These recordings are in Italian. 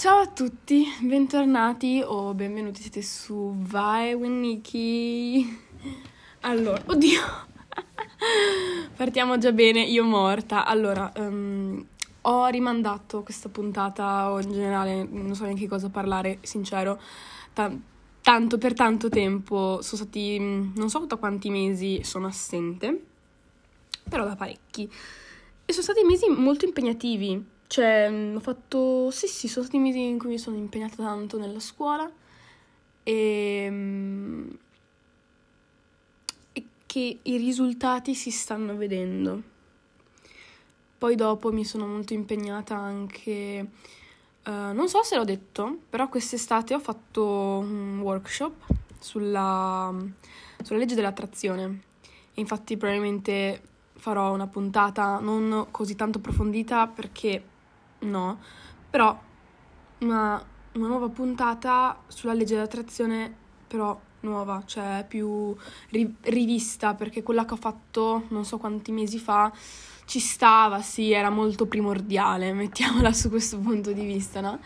Ciao a tutti, bentornati o benvenuti, siete su Vai with Nikki. Allora, oddio, partiamo già bene, io morta. Allora, ho rimandato questa puntata, o in generale non so neanche cosa parlare, sincero, tanto per tanto tempo. Sono stati, non so da quanti mesi sono assente, però da parecchi. E sono stati mesi molto impegnativi. Cioè, ho fatto... Sì, sono stati mesi in cui mi sono impegnata tanto nella scuola e che i risultati si stanno vedendo. Poi dopo mi sono molto impegnata anche... non so se l'ho detto, però quest'estate ho fatto un workshop sulla legge dell'attrazione. E infatti probabilmente farò una puntata non così tanto approfondita perché... No, però una nuova puntata sulla legge dell'attrazione, però nuova, cioè più rivista, perché quella che ho fatto non so quanti mesi fa ci stava, sì, era molto primordiale, mettiamola su questo punto di vista, no?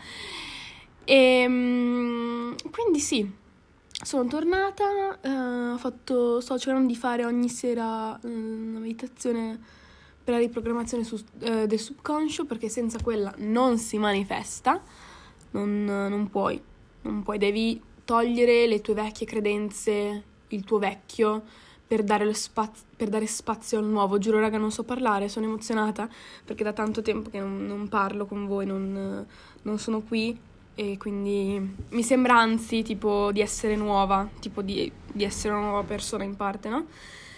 Quindi sì, sono tornata, sto cercando di fare ogni sera una meditazione per la riprogrammazione del subconscio, perché senza quella non si manifesta, non puoi, devi togliere le tue vecchie credenze, il tuo vecchio, per dare spazio al nuovo. Giuro raga, non so parlare, sono emozionata, perché da tanto tempo che non parlo con voi, non sono qui, e quindi mi sembra anzi tipo di essere nuova, tipo di essere una nuova persona in parte, no?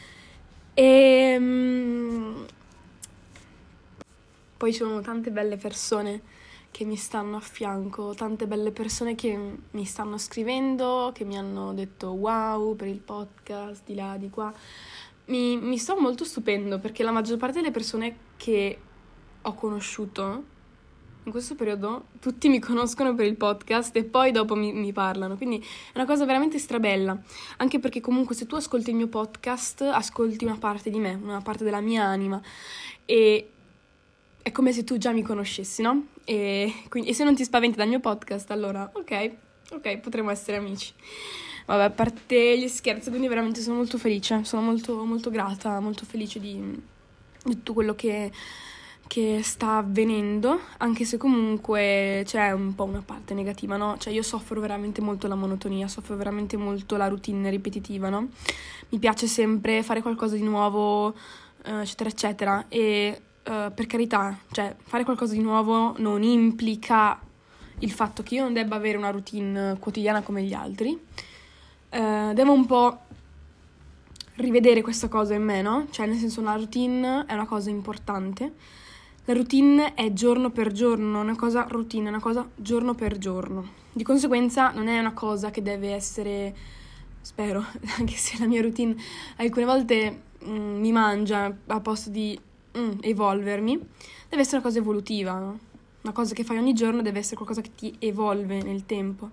Poi ci sono tante belle persone che mi stanno a fianco, tante belle persone che mi stanno scrivendo, che mi hanno detto wow per il podcast, di là, di qua. Mi sto molto stupendo, perché la maggior parte delle persone che ho conosciuto in questo periodo, tutti mi conoscono per il podcast e poi dopo mi parlano, quindi è una cosa veramente strabella, anche perché comunque se tu ascolti il mio podcast, ascolti una parte di me, una parte della mia anima, e è come se tu già mi conoscessi, no? E se non ti spaventi dal mio podcast, allora ok, potremo essere amici. Vabbè, a parte gli scherzi, quindi veramente sono molto felice, sono molto, molto grata, molto felice di tutto quello che sta avvenendo, anche se comunque c'è un po' una parte negativa, no? Cioè io soffro veramente molto la monotonia, soffro veramente molto la routine ripetitiva, no? Mi piace sempre fare qualcosa di nuovo, eccetera, eccetera, e per carità, cioè fare qualcosa di nuovo non implica il fatto che io non debba avere una routine quotidiana come gli altri. Devo un po' rivedere questa cosa in me, no? Cioè nel senso, una routine è una cosa importante. La routine è giorno per giorno, non è una cosa routine, è una cosa giorno per giorno. Di conseguenza non è una cosa che deve essere, spero, anche se la mia routine alcune volte mi mangia a posto di evolvermi, deve essere una cosa evolutiva, no? Una cosa che fai ogni giorno deve essere qualcosa che ti evolve nel tempo.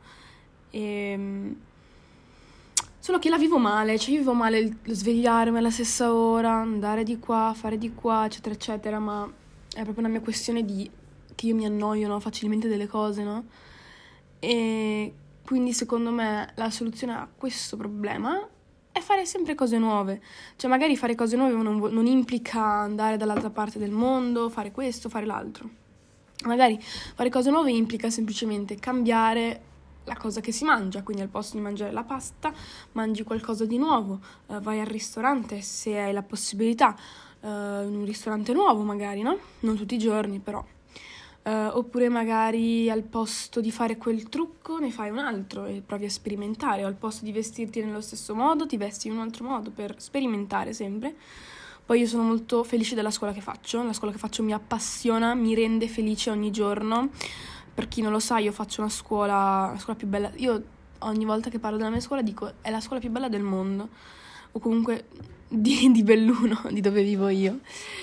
Solo che la vivo male, cioè io vivo male lo svegliarmi alla stessa ora, andare di qua, fare di qua, eccetera, eccetera, ma è proprio una mia questione che io mi annoio, no, facilmente delle cose, no? E quindi secondo me la soluzione a questo problema è fare sempre cose nuove. Cioè magari fare cose nuove non implica andare dall'altra parte del mondo, fare questo, fare l'altro. Magari fare cose nuove implica semplicemente cambiare la cosa che si mangia, quindi al posto di mangiare la pasta mangi qualcosa di nuovo, vai al ristorante se hai la possibilità, in un ristorante nuovo magari, no? Non tutti i giorni però. Oppure magari al posto di fare quel trucco ne fai un altro e provi a sperimentare, o al posto di vestirti nello stesso modo ti vesti in un altro modo, per sperimentare sempre. Poi io sono molto felice della scuola che faccio, la scuola che faccio mi appassiona, mi rende felice ogni giorno. Per chi non lo sa, io faccio la scuola più bella. Io ogni volta che parlo della mia scuola dico è la scuola più bella del mondo, o comunque di Belluno, di dove vivo io.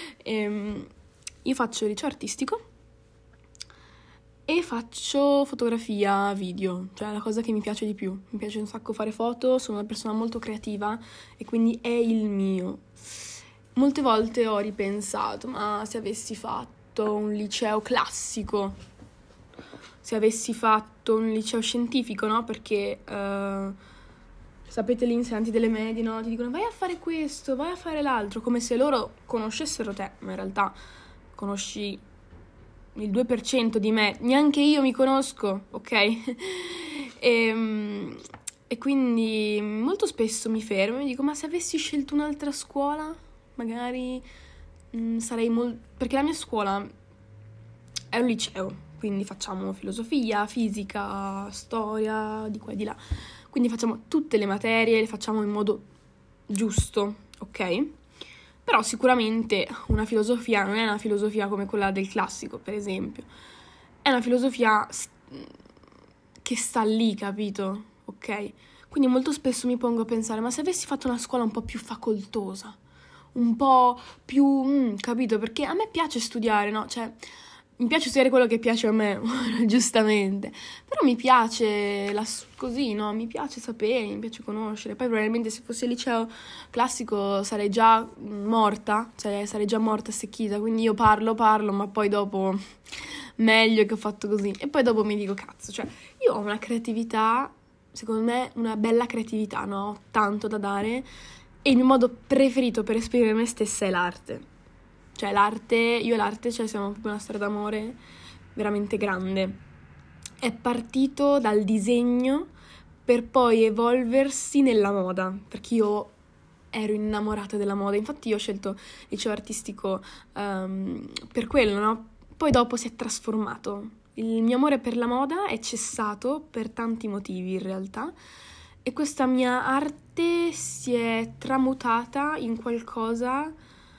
Io faccio liceo artistico e faccio fotografia, video, cioè la cosa che mi piace di più. Mi piace un sacco fare foto, sono una persona molto creativa e quindi è il mio. Molte volte ho ripensato, ma se avessi fatto un liceo classico, se avessi fatto un liceo scientifico, no? Perché sapete, gli insegnanti delle medie, no? Ti dicono vai a fare questo, vai a fare l'altro, come se loro conoscessero te, ma in realtà conosci il 2% di me, neanche io mi conosco, ok? E quindi molto spesso mi fermo e mi dico, ma se avessi scelto un'altra scuola, magari sarei molto... Perché la mia scuola è un liceo, quindi facciamo filosofia, fisica, storia, di qua e di là. Quindi facciamo tutte le materie, le facciamo in modo giusto, ok? Però sicuramente una filosofia non è una filosofia come quella del classico, per esempio. È una filosofia che sta lì, capito? Ok? Quindi molto spesso mi pongo a pensare, ma se avessi fatto una scuola un po' più facoltosa, un po' più, capito? Perché a me piace studiare, no? Cioè, mi piace studiare quello che piace a me, giustamente. Però mi piace così, no? Mi piace sapere, mi piace conoscere. Poi probabilmente se fossi al liceo classico sarei già morta, cioè sarei già morta secchita. Quindi io parlo, ma poi dopo meglio che ho fatto così. E poi dopo mi dico, cazzo, cioè io ho una creatività, secondo me una bella creatività, no? Ho tanto da dare e il mio modo preferito per esprimere me stessa è l'arte. Cioè io e l'arte, cioè siamo proprio una storia d'amore veramente grande. È partito dal disegno per poi evolversi nella moda, perché io ero innamorata della moda, infatti io ho scelto il liceo artistico per quello, no? Poi dopo si è trasformato. Il mio amore per la moda è cessato per tanti motivi in realtà e questa mia arte si è tramutata in qualcosa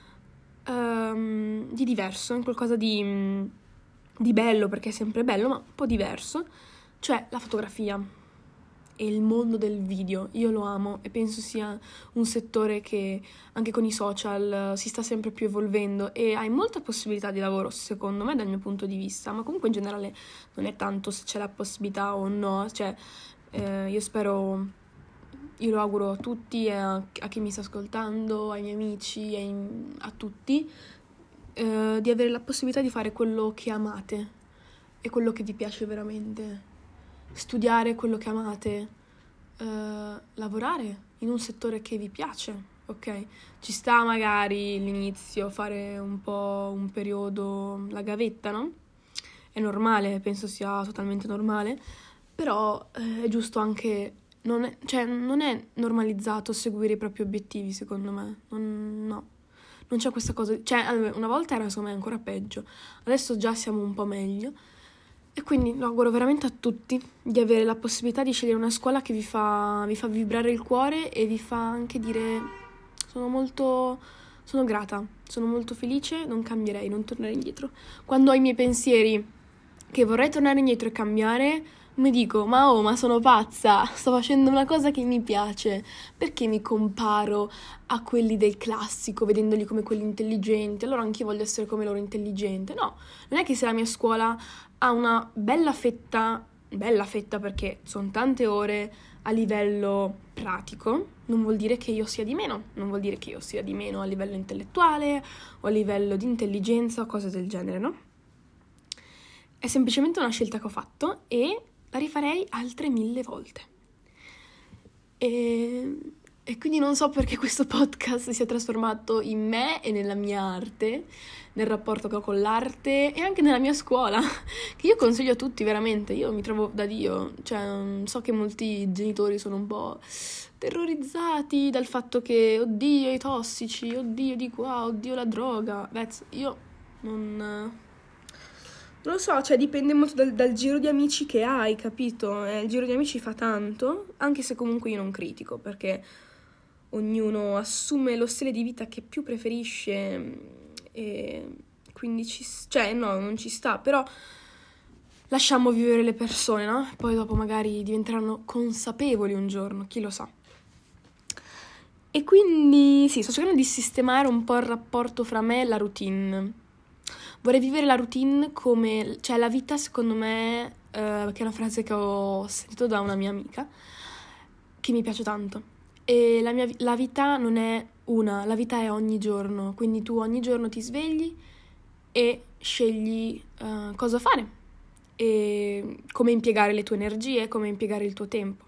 di diverso, in qualcosa di bello, perché è sempre bello, ma un po' diverso, cioè la fotografia e il mondo del video. Io lo amo e penso sia un settore che anche con i social si sta sempre più evolvendo e hai molta possibilità di lavoro, secondo me, dal mio punto di vista, ma comunque in generale non è tanto se c'è la possibilità o no, cioè io spero... Io lo auguro a tutti, a chi mi sta ascoltando, ai miei amici, a tutti, di avere la possibilità di fare quello che amate e quello che vi piace veramente. Studiare quello che amate, lavorare in un settore che vi piace, ok? Ci sta magari l'inizio, fare un po' un periodo la gavetta, no? È normale, penso sia totalmente normale, però è giusto anche... non è normalizzato seguire i propri obiettivi, secondo me. No. Non c'è questa cosa. Cioè, allora, una volta era, secondo me, ancora peggio. Adesso già siamo un po' meglio. E quindi lo auguro veramente a tutti di avere la possibilità di scegliere una scuola che vi fa vibrare il cuore e vi fa anche dire sono grata, sono molto felice, non cambierei, non tornerei indietro. Quando ho i miei pensieri che vorrei tornare indietro e cambiare, mi dico, ma sono pazza, sto facendo una cosa che mi piace, perché mi comparo a quelli del classico, vedendoli come quelli intelligenti, allora anch'io voglio essere come loro intelligente. No, non è che se la mia scuola ha una bella fetta perché sono tante ore a livello pratico, non vuol dire che io sia di meno, non vuol dire che io sia di meno a livello intellettuale o a livello di intelligenza o cose del genere, no? È semplicemente una scelta che ho fatto e la rifarei altre 1000 volte. E quindi non so perché questo podcast si è trasformato in me e nella mia arte, nel rapporto che ho con l'arte e anche nella mia scuola, che io consiglio a tutti veramente. Io mi trovo da Dio, cioè so che molti genitori sono un po' terrorizzati dal fatto che oddio i tossici, oddio di qua, oddio la droga. Beh, io non lo so, cioè dipende molto dal giro di amici che hai, capito? Il giro di amici fa tanto, anche se comunque io non critico, perché ognuno assume lo stile di vita che più preferisce e quindi non ci sta, però lasciamo vivere le persone, no? Poi dopo magari diventeranno consapevoli un giorno, chi lo sa. E quindi sì, sto cercando di sistemare un po' il rapporto fra me e la routine. Vorrei vivere la routine come... Cioè, la vita, secondo me, che è una frase che ho sentito da una mia amica, che mi piace tanto. E la vita non è una, la vita è ogni giorno. Quindi tu ogni giorno ti svegli e scegli cosa fare. e come impiegare le tue energie, come impiegare il tuo tempo.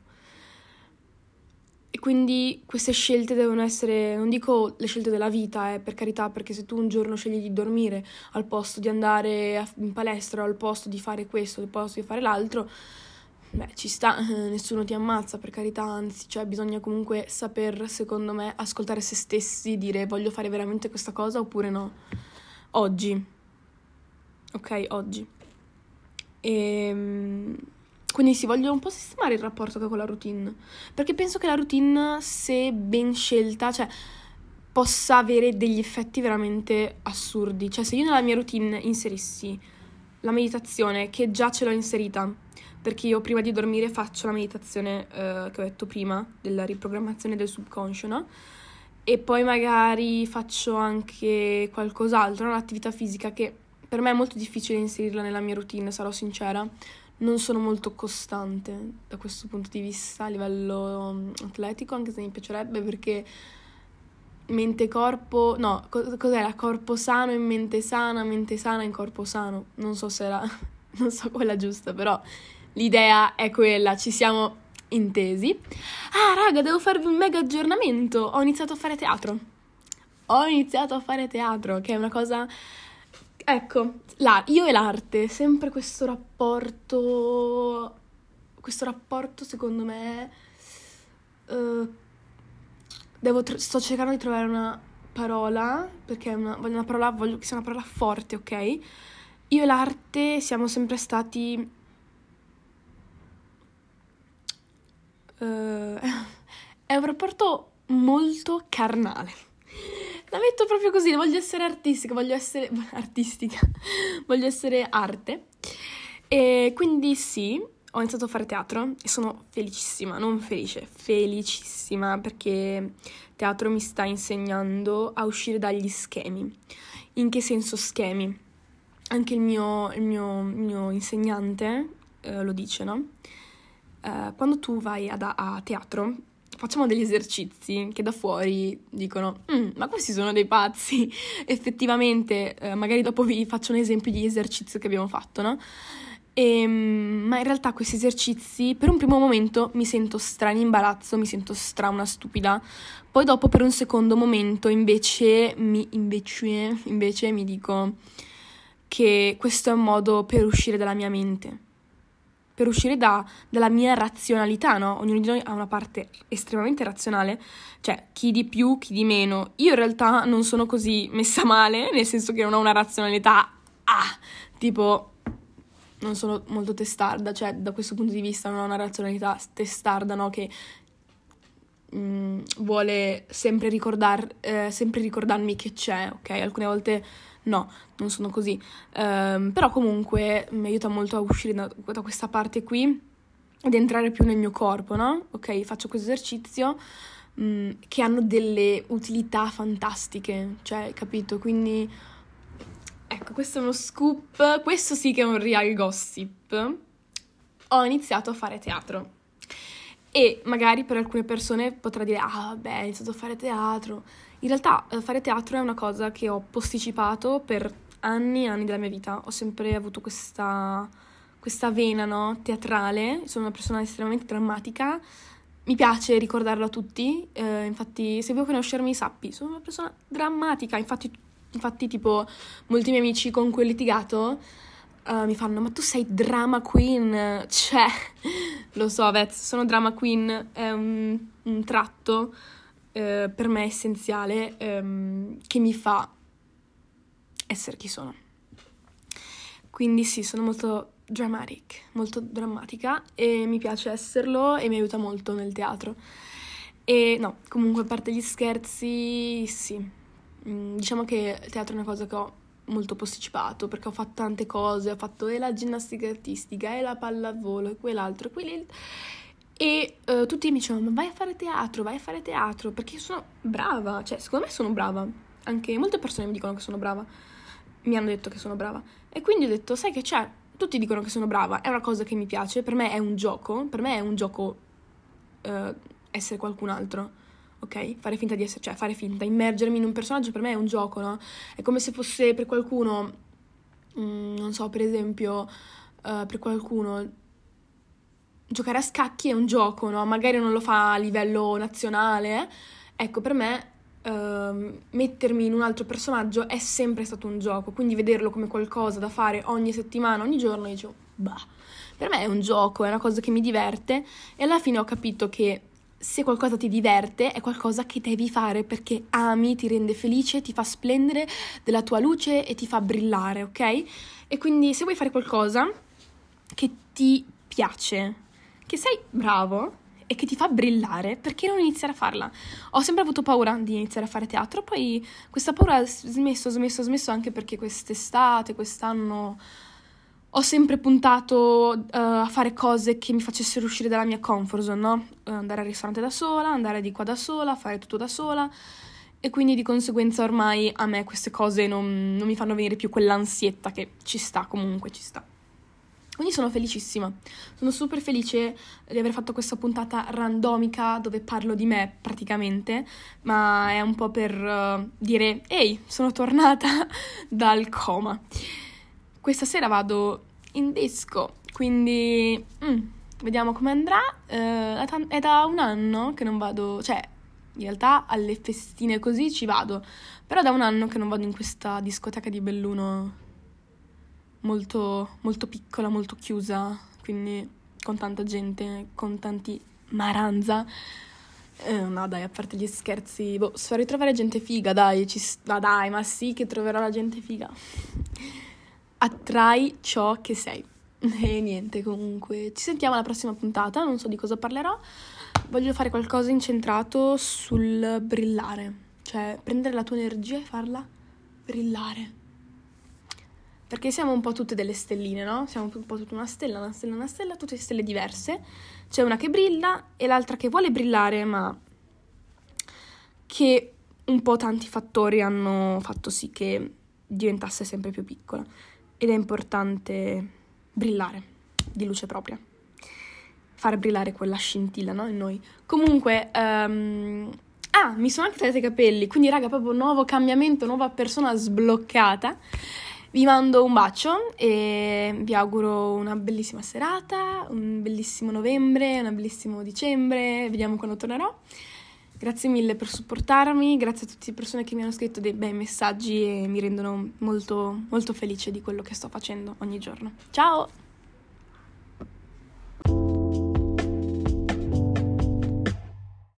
E quindi queste scelte devono essere, non dico le scelte della vita, per carità, perché se tu un giorno scegli di dormire al posto di andare in palestra, o al posto di fare questo, al posto di fare l'altro, beh, ci sta, nessuno ti ammazza, per carità, anzi, cioè bisogna comunque saper, secondo me, ascoltare se stessi, dire voglio fare veramente questa cosa oppure no. Oggi. Ok, oggi. Quindi sì, voglio un po' sistemare il rapporto che ho con la routine, perché penso che la routine, se ben scelta, cioè possa avere degli effetti veramente assurdi. Cioè, se io nella mia routine inserissi la meditazione, che già ce l'ho inserita, perché io prima di dormire faccio la meditazione che ho detto prima, della riprogrammazione del subconscio, no? E poi magari faccio anche qualcos'altro, un'attività fisica che per me è molto difficile inserirla nella mia routine, sarò sincera. Non sono molto costante da questo punto di vista a livello atletico, anche se mi piacerebbe, perché mente-corpo, no, cos'era? Corpo sano in mente sana in corpo sano. Non so se era, non so quella giusta, però l'idea è quella, ci siamo intesi. Ah, raga, devo farvi un mega aggiornamento. Ho iniziato a fare teatro, che è una cosa... Ecco, io e l'arte, sempre questo rapporto secondo me, sto cercando di trovare una parola, perché voglio che sia una parola forte, ok? Io e l'arte siamo sempre stati, è un rapporto molto carnale. La metto proprio così, voglio essere artistica, voglio essere arte. E quindi sì, ho iniziato a fare teatro e sono felicissima, non felice, felicissima, perché teatro mi sta insegnando a uscire dagli schemi. In che senso schemi? Anche il mio insegnante lo dice, no? Quando tu vai a teatro, facciamo degli esercizi che da fuori dicono ma questi sono dei pazzi. Effettivamente, magari dopo vi faccio un esempio di esercizio che abbiamo fatto, no? Ma in realtà questi esercizi, per un primo momento mi sento stra in imbarazzo, mi sento stra una stupida, poi dopo per un secondo momento invece mi dico che questo è un modo per uscire dalla mia mente, per uscire dalla mia razionalità, no? Ognuno di noi ha una parte estremamente razionale, cioè chi di più, chi di meno. Io in realtà non sono così messa male, nel senso che non ho una razionalità, tipo, non sono molto testarda, cioè da questo punto di vista non ho una razionalità testarda, no? Che vuole sempre ricordarmi che c'è, ok? Alcune volte no, non sono così, però comunque mi aiuta molto a uscire da questa parte qui ed entrare più nel mio corpo, no? Ok, faccio questo esercizio che hanno delle utilità fantastiche, cioè, capito? Quindi, ecco, questo è uno scoop, questo sì che è un real gossip. Ho iniziato a fare teatro e magari per alcune persone potrà dire vabbè, ho iniziato a fare teatro. In realtà fare teatro è una cosa che ho posticipato per anni e anni della mia vita. Ho sempre avuto questa vena, no, teatrale. Sono una persona estremamente drammatica. Mi piace ricordarlo a tutti. Infatti, se vuoi conoscermi, sappi, sono una persona drammatica. Infatti tipo, molti miei amici con cui ho litigato mi fanno, ma tu sei drama queen? Cioè, lo so, sono drama queen, è un tratto per me essenziale, che mi fa essere chi sono. Quindi sì, sono molto molto drammatica e mi piace esserlo e mi aiuta molto nel teatro. E no, comunque a parte gli scherzi, sì, diciamo che il teatro è una cosa che ho molto posticipato, perché ho fatto tante cose, ho fatto e la ginnastica artistica e la pallavolo e quell'altro e quell'altro. E tutti mi dicevano, ma vai a fare teatro, perché io sono brava, cioè secondo me sono brava, anche molte persone mi dicono che sono brava, mi hanno detto che sono brava, e quindi ho detto, sai che c'è, tutti dicono che sono brava, è una cosa che mi piace, per me è un gioco essere qualcun altro, ok? Fare finta, immergermi in un personaggio per me è un gioco, no? È come se fosse per qualcuno, non so, per esempio... per qualcuno giocare a scacchi è un gioco, no? Magari non lo fa a livello nazionale. Ecco, per me mettermi in un altro personaggio è sempre stato un gioco, quindi vederlo come qualcosa da fare ogni settimana, ogni giorno, dicevo, bah, per me è un gioco, è una cosa che mi diverte, e alla fine ho capito che se qualcosa ti diverte è qualcosa che devi fare perché ami, ti rende felice, ti fa splendere della tua luce e ti fa brillare, ok? E quindi se vuoi fare qualcosa che ti piace, che sei bravo e che ti fa brillare, perché non iniziare a farla? Ho sempre avuto paura di iniziare a fare teatro, poi questa paura ho smesso anche perché quest'estate, quest'anno ho sempre puntato a fare cose che mi facessero uscire dalla mia comfort zone, no? Andare al ristorante da sola, andare di qua da sola, fare tutto da sola, e quindi di conseguenza ormai a me queste cose non mi fanno venire più quell'ansietta che ci sta, comunque ci sta. Quindi sono felicissima, sono super felice di aver fatto questa puntata randomica dove parlo di me praticamente, ma è un po' per dire ehi, sono tornata dal coma. Questa sera vado in disco, quindi vediamo come andrà. È da un anno che non vado, cioè in realtà alle festine così ci vado, però da un anno che non vado in questa discoteca di Belluno molto, molto piccola, molto chiusa, quindi con tanta gente, con tanti maranza. No dai, a parte gli scherzi, spero di trovare gente figa, dai, dai, ma sì che troverò la gente figa. Attrai ciò che sei. E niente, comunque, ci sentiamo alla prossima puntata, non so di cosa parlerò. Voglio fare qualcosa incentrato sul brillare, cioè prendere la tua energia e farla brillare. Perché siamo un po' tutte delle stelline, no? Siamo un po' tutte una stella, tutte stelle diverse. C'è una che brilla e l'altra che vuole brillare, ma che un po' tanti fattori hanno fatto sì che diventasse sempre più piccola. Ed è importante brillare di luce propria. Fare brillare quella scintilla, no? In noi. Comunque, mi sono anche tagliati i capelli, quindi raga, proprio nuovo cambiamento, nuova persona sbloccata. Vi mando un bacio e vi auguro una bellissima serata, un bellissimo novembre, un bellissimo dicembre, vediamo quando tornerò. Grazie mille per supportarmi, grazie a tutte le persone che mi hanno scritto dei bei messaggi e mi rendono molto, molto felice di quello che sto facendo ogni giorno. Ciao!